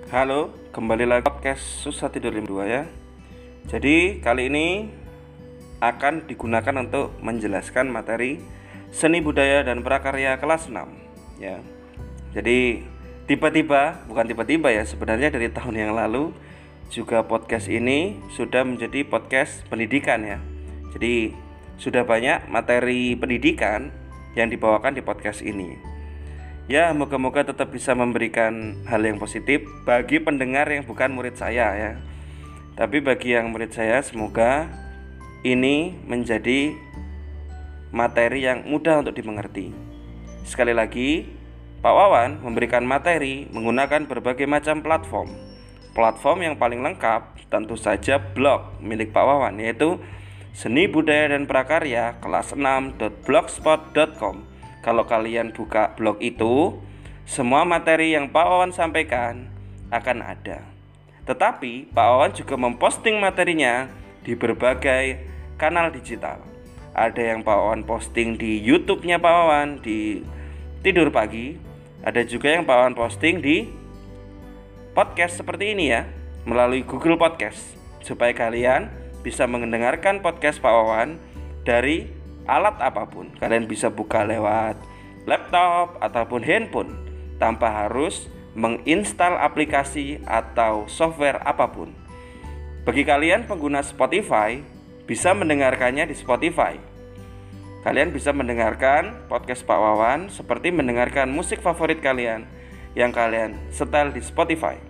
Halo, kembali lagi podcast Susah Tidur 2 ya. Jadi kali ini akan digunakan untuk menjelaskan materi seni budaya dan prakarya kelas 6 ya. Jadi bukan tiba-tiba ya, sebenarnya dari tahun yang lalu juga podcast ini sudah menjadi podcast pendidikan ya. Jadi sudah banyak materi pendidikan yang dibawakan di podcast ini. Ya, moga-moga tetap bisa memberikan hal yang positif bagi pendengar yang bukan murid saya ya. Tapi bagi yang murid saya, semoga ini menjadi materi yang mudah untuk dimengerti. Sekali lagi, Pak Wawan memberikan materi menggunakan berbagai macam platform. Platform yang paling lengkap tentu saja blog milik Pak Wawan, yaitu Seni Budaya dan Prakarya kelas 6.blogspot.com. Kalau kalian buka blog itu, semua materi yang Pak Wawan sampaikan akan ada. Tetapi Pak Wawan juga memposting materinya di berbagai kanal digital. Ada yang Pak Wawan posting di YouTube-nya Pak Wawan di Tidur Pagi. Ada juga yang Pak Wawan posting di podcast seperti ini ya, melalui Google Podcast, supaya kalian bisa mendengarkan podcast Pak Wawan dari alat apapun. Kalian bisa buka lewat laptop ataupun handphone tanpa harus menginstal aplikasi atau software apapun. Bagi kalian pengguna Spotify, bisa mendengarkannya di Spotify. Kalian bisa mendengarkan podcast Pak Wawan seperti mendengarkan musik favorit kalian yang kalian setel di Spotify.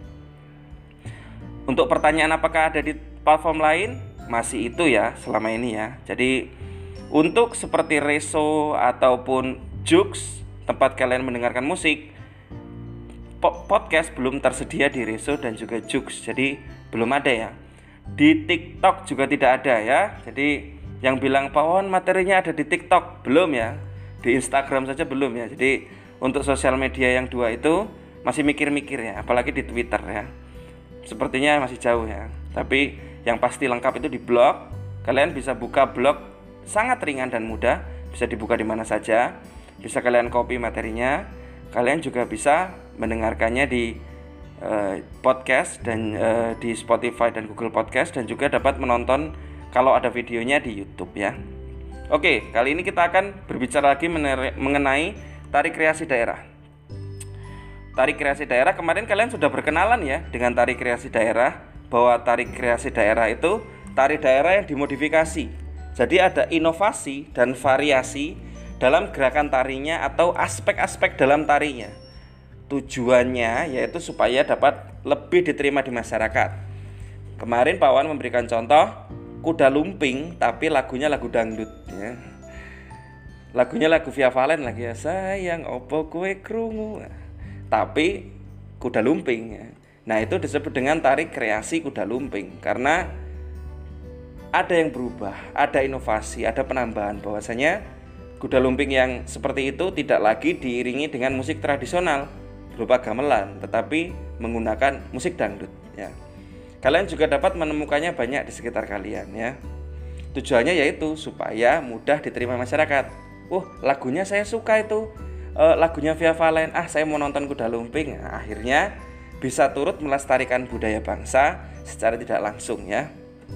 Untuk pertanyaan apakah ada di platform lain, masih itu ya selama ini ya. Jadi untuk seperti Reso ataupun Joox, tempat kalian mendengarkan musik, podcast belum tersedia di Reso dan juga Joox. Jadi belum ada ya. Di TikTok juga tidak ada ya. Jadi yang bilang Pak Wawan materinya ada di TikTok, belum ya. Di Instagram saja belum ya. Jadi untuk sosial media yang dua itu masih mikir-mikir ya, apalagi di Twitter ya. Sepertinya masih jauh ya. Tapi yang pasti lengkap itu di blog. Kalian bisa buka blog, sangat ringan dan mudah, bisa dibuka di mana saja. Bisa kalian copy materinya. Kalian juga bisa mendengarkannya di podcast dan di Spotify dan Google Podcast, dan juga dapat menonton kalau ada videonya di YouTube ya. Oke, kali ini kita akan berbicara lagi mengenai tari kreasi daerah. Tari kreasi daerah, kemarin kalian sudah berkenalan ya dengan tari kreasi daerah, bahwa tari kreasi daerah itu tari daerah yang dimodifikasi. Jadi ada inovasi dan variasi dalam gerakan tarinya atau aspek-aspek dalam tarinya. Tujuannya yaitu supaya dapat lebih diterima di masyarakat. Kemarin Pak Wan memberikan contoh kuda lumping, tapi lagunya lagu dangdut ya. Lagunya lagu Via Valen lagi ya, sayang opo kue krungu. Tapi kuda lumping ya. Nah, itu disebut dengan tari kreasi kuda lumping karena ada yang berubah, ada inovasi, ada penambahan, bahwasanya kuda lumping yang seperti itu tidak lagi diiringi dengan musik tradisional berupa gamelan, tetapi menggunakan musik dangdut ya. Kalian juga dapat menemukannya banyak di sekitar kalian ya. Tujuannya yaitu supaya mudah diterima masyarakat. Lagunya saya suka itu, lagunya Via Valen, saya mau nonton kuda lumping. Nah, akhirnya bisa turut melestarikan budaya bangsa secara tidak langsung ya.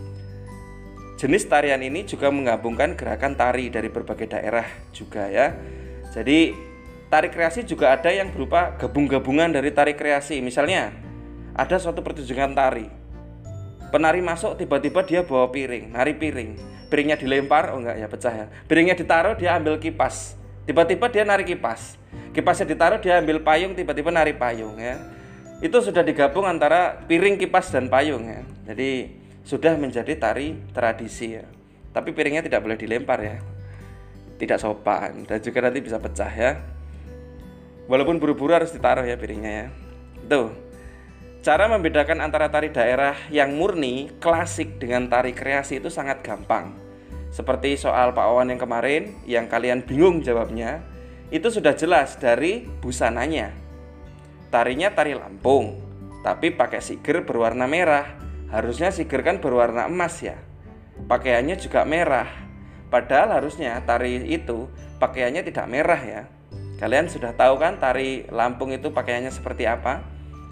Jenis tarian ini juga menggabungkan gerakan tari dari berbagai daerah juga ya. Jadi tari kreasi juga ada yang berupa gabung-gabungan dari tari kreasi. Misalnya ada suatu pertunjukan tari, penari masuk tiba-tiba dia bawa piring, nari piring. Piringnya dilempar, pecah ya. Piringnya ditaruh, dia ambil kipas. Tiba-tiba dia nari kipas. Kipasnya ditaruh, dia ambil payung, tiba-tiba nari payung ya. Itu sudah digabung antara piring, kipas dan payung ya. Jadi sudah menjadi tari tradisi ya. Tapi piringnya tidak boleh dilempar ya, tidak sopan, dan juga nanti bisa pecah ya. Walaupun buru-buru harus ditaruh ya piringnya ya. Tuh, cara membedakan antara tari daerah yang murni klasik dengan tari kreasi itu sangat gampang. Seperti soal Pak Wawan yang kemarin, yang kalian bingung jawabnya, itu sudah jelas dari busananya. Tarinya tari Lampung, tapi pakai siger berwarna merah. Harusnya siger kan berwarna emas ya. Pakaiannya juga merah. Padahal harusnya tari itu pakaiannya tidak merah ya. Kalian sudah tahu kan tari Lampung itu pakaiannya seperti apa?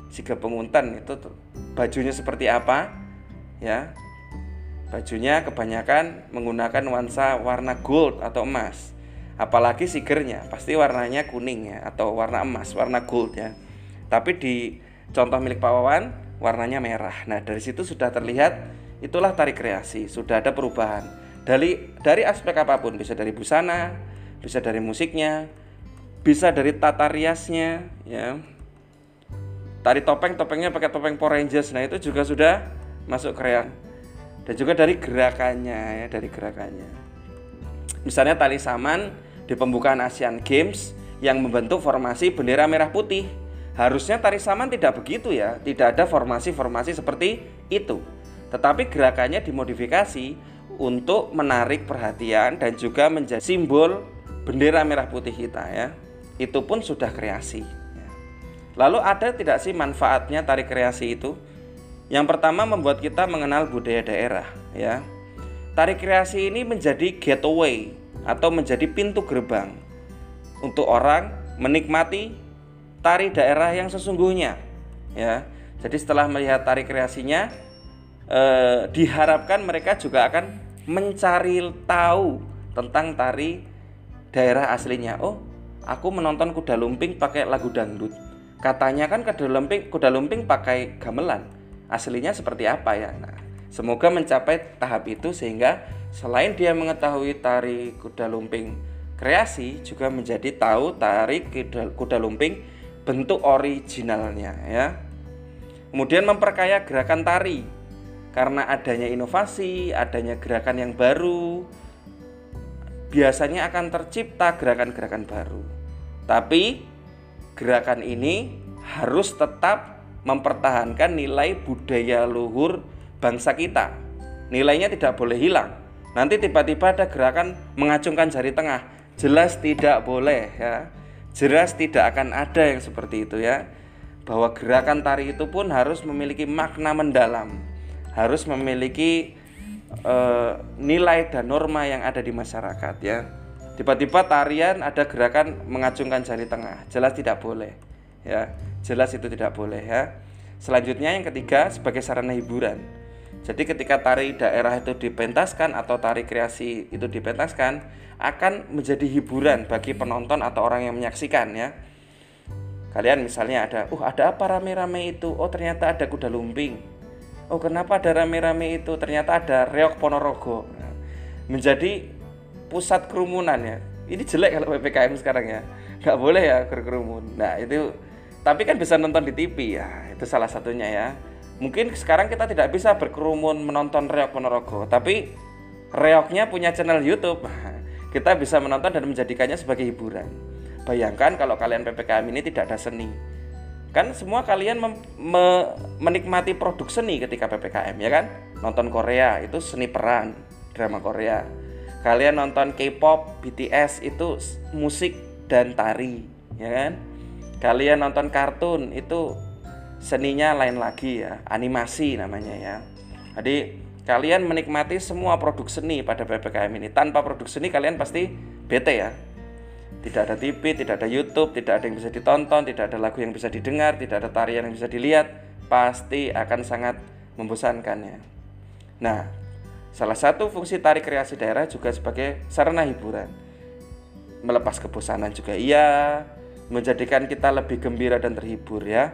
Siga Pengunten itu bajunya seperti apa ya. Bajunya kebanyakan menggunakan nuansa warna gold atau emas. Apalagi sigernya pasti warnanya kuning ya, atau warna emas, warna gold ya. Tapi di contoh milik Pak Wawan warnanya merah. Nah, dari situ sudah terlihat itulah tari kreasi, sudah ada perubahan. Dari aspek apapun, bisa dari busana, bisa dari musiknya, bisa dari tata riasnya ya. Tari topengnya pakai topeng Power Rangers. Nah, itu juga sudah masuk kreasi. Dan juga dari gerakannya ya, dari gerakannya. Misalnya tali saman di pembukaan Asian Games yang membentuk formasi bendera merah putih. Harusnya tari saman tidak begitu ya, tidak ada formasi-formasi seperti itu. Tetapi gerakannya dimodifikasi untuk menarik perhatian dan juga menjadi simbol bendera merah putih kita ya. Itu pun sudah kreasi ya. Lalu ada tidak sih manfaatnya tari kreasi itu? Yang pertama, membuat kita mengenal budaya daerah ya. Tari kreasi ini menjadi gateway atau menjadi pintu gerbang untuk orang menikmati tari daerah yang sesungguhnya ya. Jadi setelah melihat tari kreasinya, diharapkan mereka juga akan mencari tahu tentang tari daerah aslinya. Oh, aku menonton kuda lumping pakai lagu dangdut. Katanya kan kuda lumping pakai gamelan. Aslinya seperti apa ya? Nah, semoga mencapai tahap itu sehingga selain dia mengetahui tari kuda lumping kreasi, juga menjadi tahu tari kuda lumping bentuk originalnya ya. Kemudian memperkaya gerakan tari karena adanya inovasi, adanya gerakan yang baru, biasanya akan tercipta gerakan-gerakan baru. Tapi gerakan ini harus tetap mempertahankan nilai budaya luhur bangsa kita. Nilainya tidak boleh hilang. Nanti tiba-tiba ada gerakan mengacungkan jari tengah, jelas tidak boleh ya. Jelas tidak akan ada yang seperti itu ya. Bahwa gerakan tari itu pun harus memiliki makna mendalam, harus memiliki nilai dan norma yang ada di masyarakat ya. Tiba-tiba tarian ada gerakan mengacungkan jari tengah, jelas tidak boleh ya. Jelas itu tidak boleh ya. Selanjutnya yang ketiga, sebagai sarana hiburan. Jadi ketika tari daerah itu dipentaskan atau tari kreasi itu dipentaskan, akan menjadi hiburan bagi penonton atau orang yang menyaksikan ya. Kalian misalnya ada apa rame-rame itu? Oh, ternyata ada kuda lumping. Oh, kenapa ada rame-rame itu? Ternyata ada reog Ponorogo. Menjadi pusat kerumunan ya. Ini jelek kalau PPKM sekarang ya. Gak boleh ya berkerumun. Nah, itu tapi kan bisa nonton di TV ya, itu salah satunya ya. Mungkin sekarang kita tidak bisa berkerumun menonton reog Ponorogo, tapi reognya punya channel YouTube. Kita bisa menonton dan menjadikannya sebagai hiburan. Bayangkan kalau kalian PPKM ini tidak ada seni. Kan semua kalian menikmati produk seni ketika PPKM ya kan? Nonton Korea itu seni peran, drama Korea. Kalian nonton K-pop, BTS itu musik dan tari, ya kan? Kalian nonton kartun itu seninya lain lagi ya, animasi namanya ya. Jadi kalian menikmati semua produk seni pada PPKM ini. Tanpa produk seni kalian pasti bete ya. Tidak ada TV, tidak ada YouTube, tidak ada yang bisa ditonton, tidak ada lagu yang bisa didengar, tidak ada tarian yang bisa dilihat, pasti akan sangat membosankan ya. Nah, salah satu fungsi tari kreasi daerah juga sebagai sarana hiburan. Melepas kebosanan juga iya, menjadikan kita lebih gembira dan terhibur ya.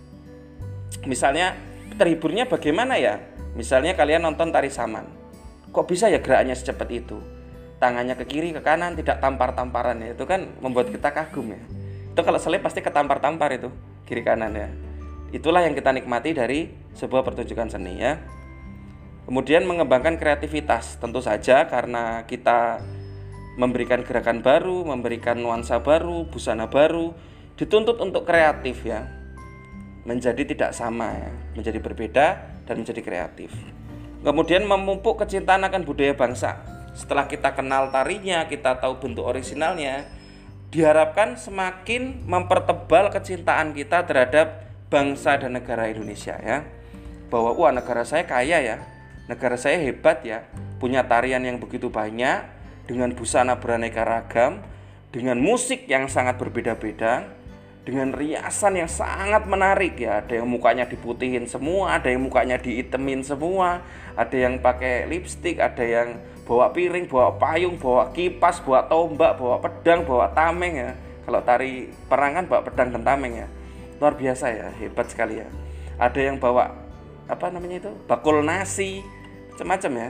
Misalnya terhiburnya bagaimana ya? Misalnya kalian nonton tari saman. Kok bisa ya gerakannya secepat itu? Tangannya ke kiri, ke kanan, tidak tampar-tamparan ya. Itu kan membuat kita kagum ya. Itu kalau selip pasti ketampar-tampar itu, kiri kanan ya. Itulah yang kita nikmati dari sebuah pertunjukan seni ya. Kemudian mengembangkan kreativitas, tentu saja karena kita memberikan gerakan baru, memberikan nuansa baru, busana baru, dituntut untuk kreatif ya. Menjadi tidak sama ya, menjadi berbeda dan menjadi kreatif. Kemudian memupuk kecintaan akan budaya bangsa. Setelah kita kenal tarinya, kita tahu bentuk orisinalnya, diharapkan semakin mempertebal kecintaan kita terhadap bangsa dan negara Indonesia ya. Bahwa negara saya kaya ya, negara saya hebat ya, punya tarian yang begitu banyak, dengan busana beraneka ragam, dengan musik yang sangat berbeda-beda, dengan riasan yang sangat menarik ya. Ada yang mukanya diputihin semua, ada yang mukanya diitemin semua, ada yang pakai lipstik, ada yang bawa piring, bawa payung, bawa kipas, bawa tombak, bawa pedang, bawa tameng ya. Kalau tari perang kan bawa pedang dan tameng ya. Luar biasa ya, hebat sekali ya. Ada yang bawa bakul nasi, macam-macam ya.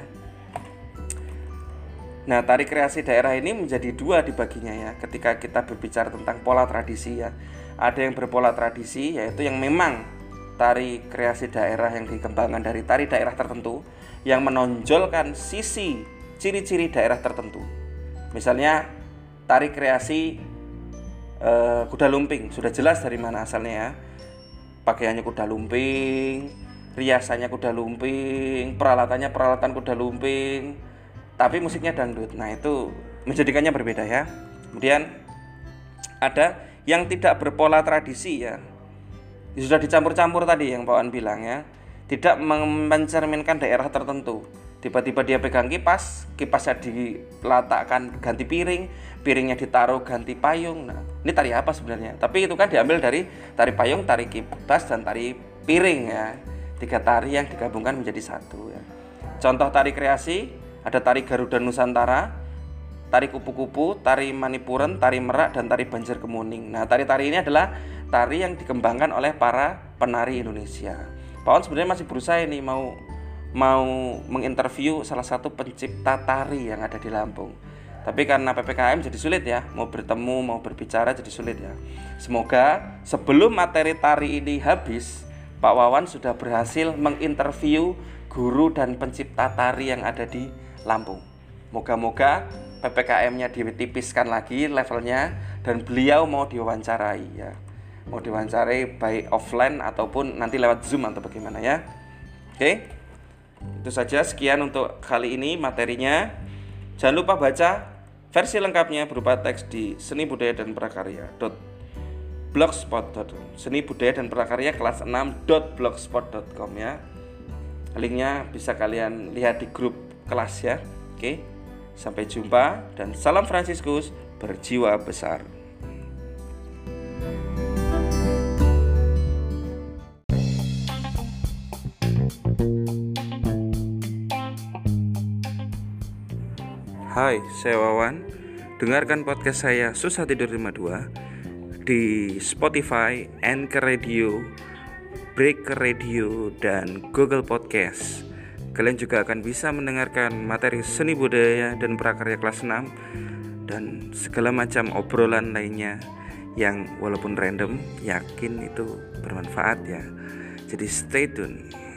Nah, tari kreasi daerah ini menjadi dua dibaginya ya. Ketika kita berbicara tentang pola tradisi ya, ada yang berpola tradisi, yaitu yang memang tari kreasi daerah yang dikembangkan dari tari daerah tertentu yang menonjolkan sisi ciri-ciri daerah tertentu. Misalnya tari kreasi kuda lumping, sudah jelas dari mana asalnya ya. Pakaiannya kuda lumping, riasannya kuda lumping, peralatannya peralatan kuda lumping, tapi musiknya dangdut. Nah, itu menjadikannya berbeda ya. Kemudian ada yang tidak berpola tradisi ya. Sudah dicampur-campur tadi yang Pak Wan bilang ya. Tidak mencerminkan daerah tertentu. Tiba-tiba dia pegang kipas, kipasnya diletakkan ganti piring, piringnya ditaruh ganti payung. Nah, ini tari apa sebenarnya? Tapi itu kan diambil dari tari payung, tari kipas, dan tari piring ya. 3 tari yang digabungkan menjadi satu ya. Contoh tari kreasi, ada tari Garuda Nusantara, tari kupu-kupu, tari Manipuren, tari Merak, dan tari Banjar Kemuning. Nah, tari-tari ini adalah tari yang dikembangkan oleh para penari Indonesia. Pak Wan sebenarnya masih berusaha ini mau menginterview salah satu pencipta tari yang ada di Lampung. Tapi karena PPKM jadi sulit ya, mau bertemu, mau berbicara jadi sulit ya. Semoga sebelum materi tari ini habis, Pak Wawan sudah berhasil menginterview guru dan pencipta tari yang ada di Lampung. Moga-moga PPKM-nya ditipiskan lagi levelnya dan beliau mau diwawancarai ya. Mau diwawancarai baik offline ataupun nanti lewat Zoom atau bagaimana ya. Oke. Itu saja, sekian untuk kali ini materinya. Jangan lupa baca versi lengkapnya berupa teks di senibudaya.prakarya.blogspot.com. Seni Budaya dan Prakarya kelas 6.blogspot.com ya. Linknya bisa kalian lihat di grup kelas ya. Oke. Sampai jumpa dan salam Fransiskus berjiwa besar. Hai, saya Wawan. Dengarkan podcast saya Susah Tidur 52 di Spotify, Anchor Radio, Breaker Radio, dan Google Podcast. Kalian juga akan bisa mendengarkan materi seni budaya dan prakarya kelas 6 dan segala macam obrolan lainnya yang walaupun random, yakin itu bermanfaat ya. Jadi stay tune.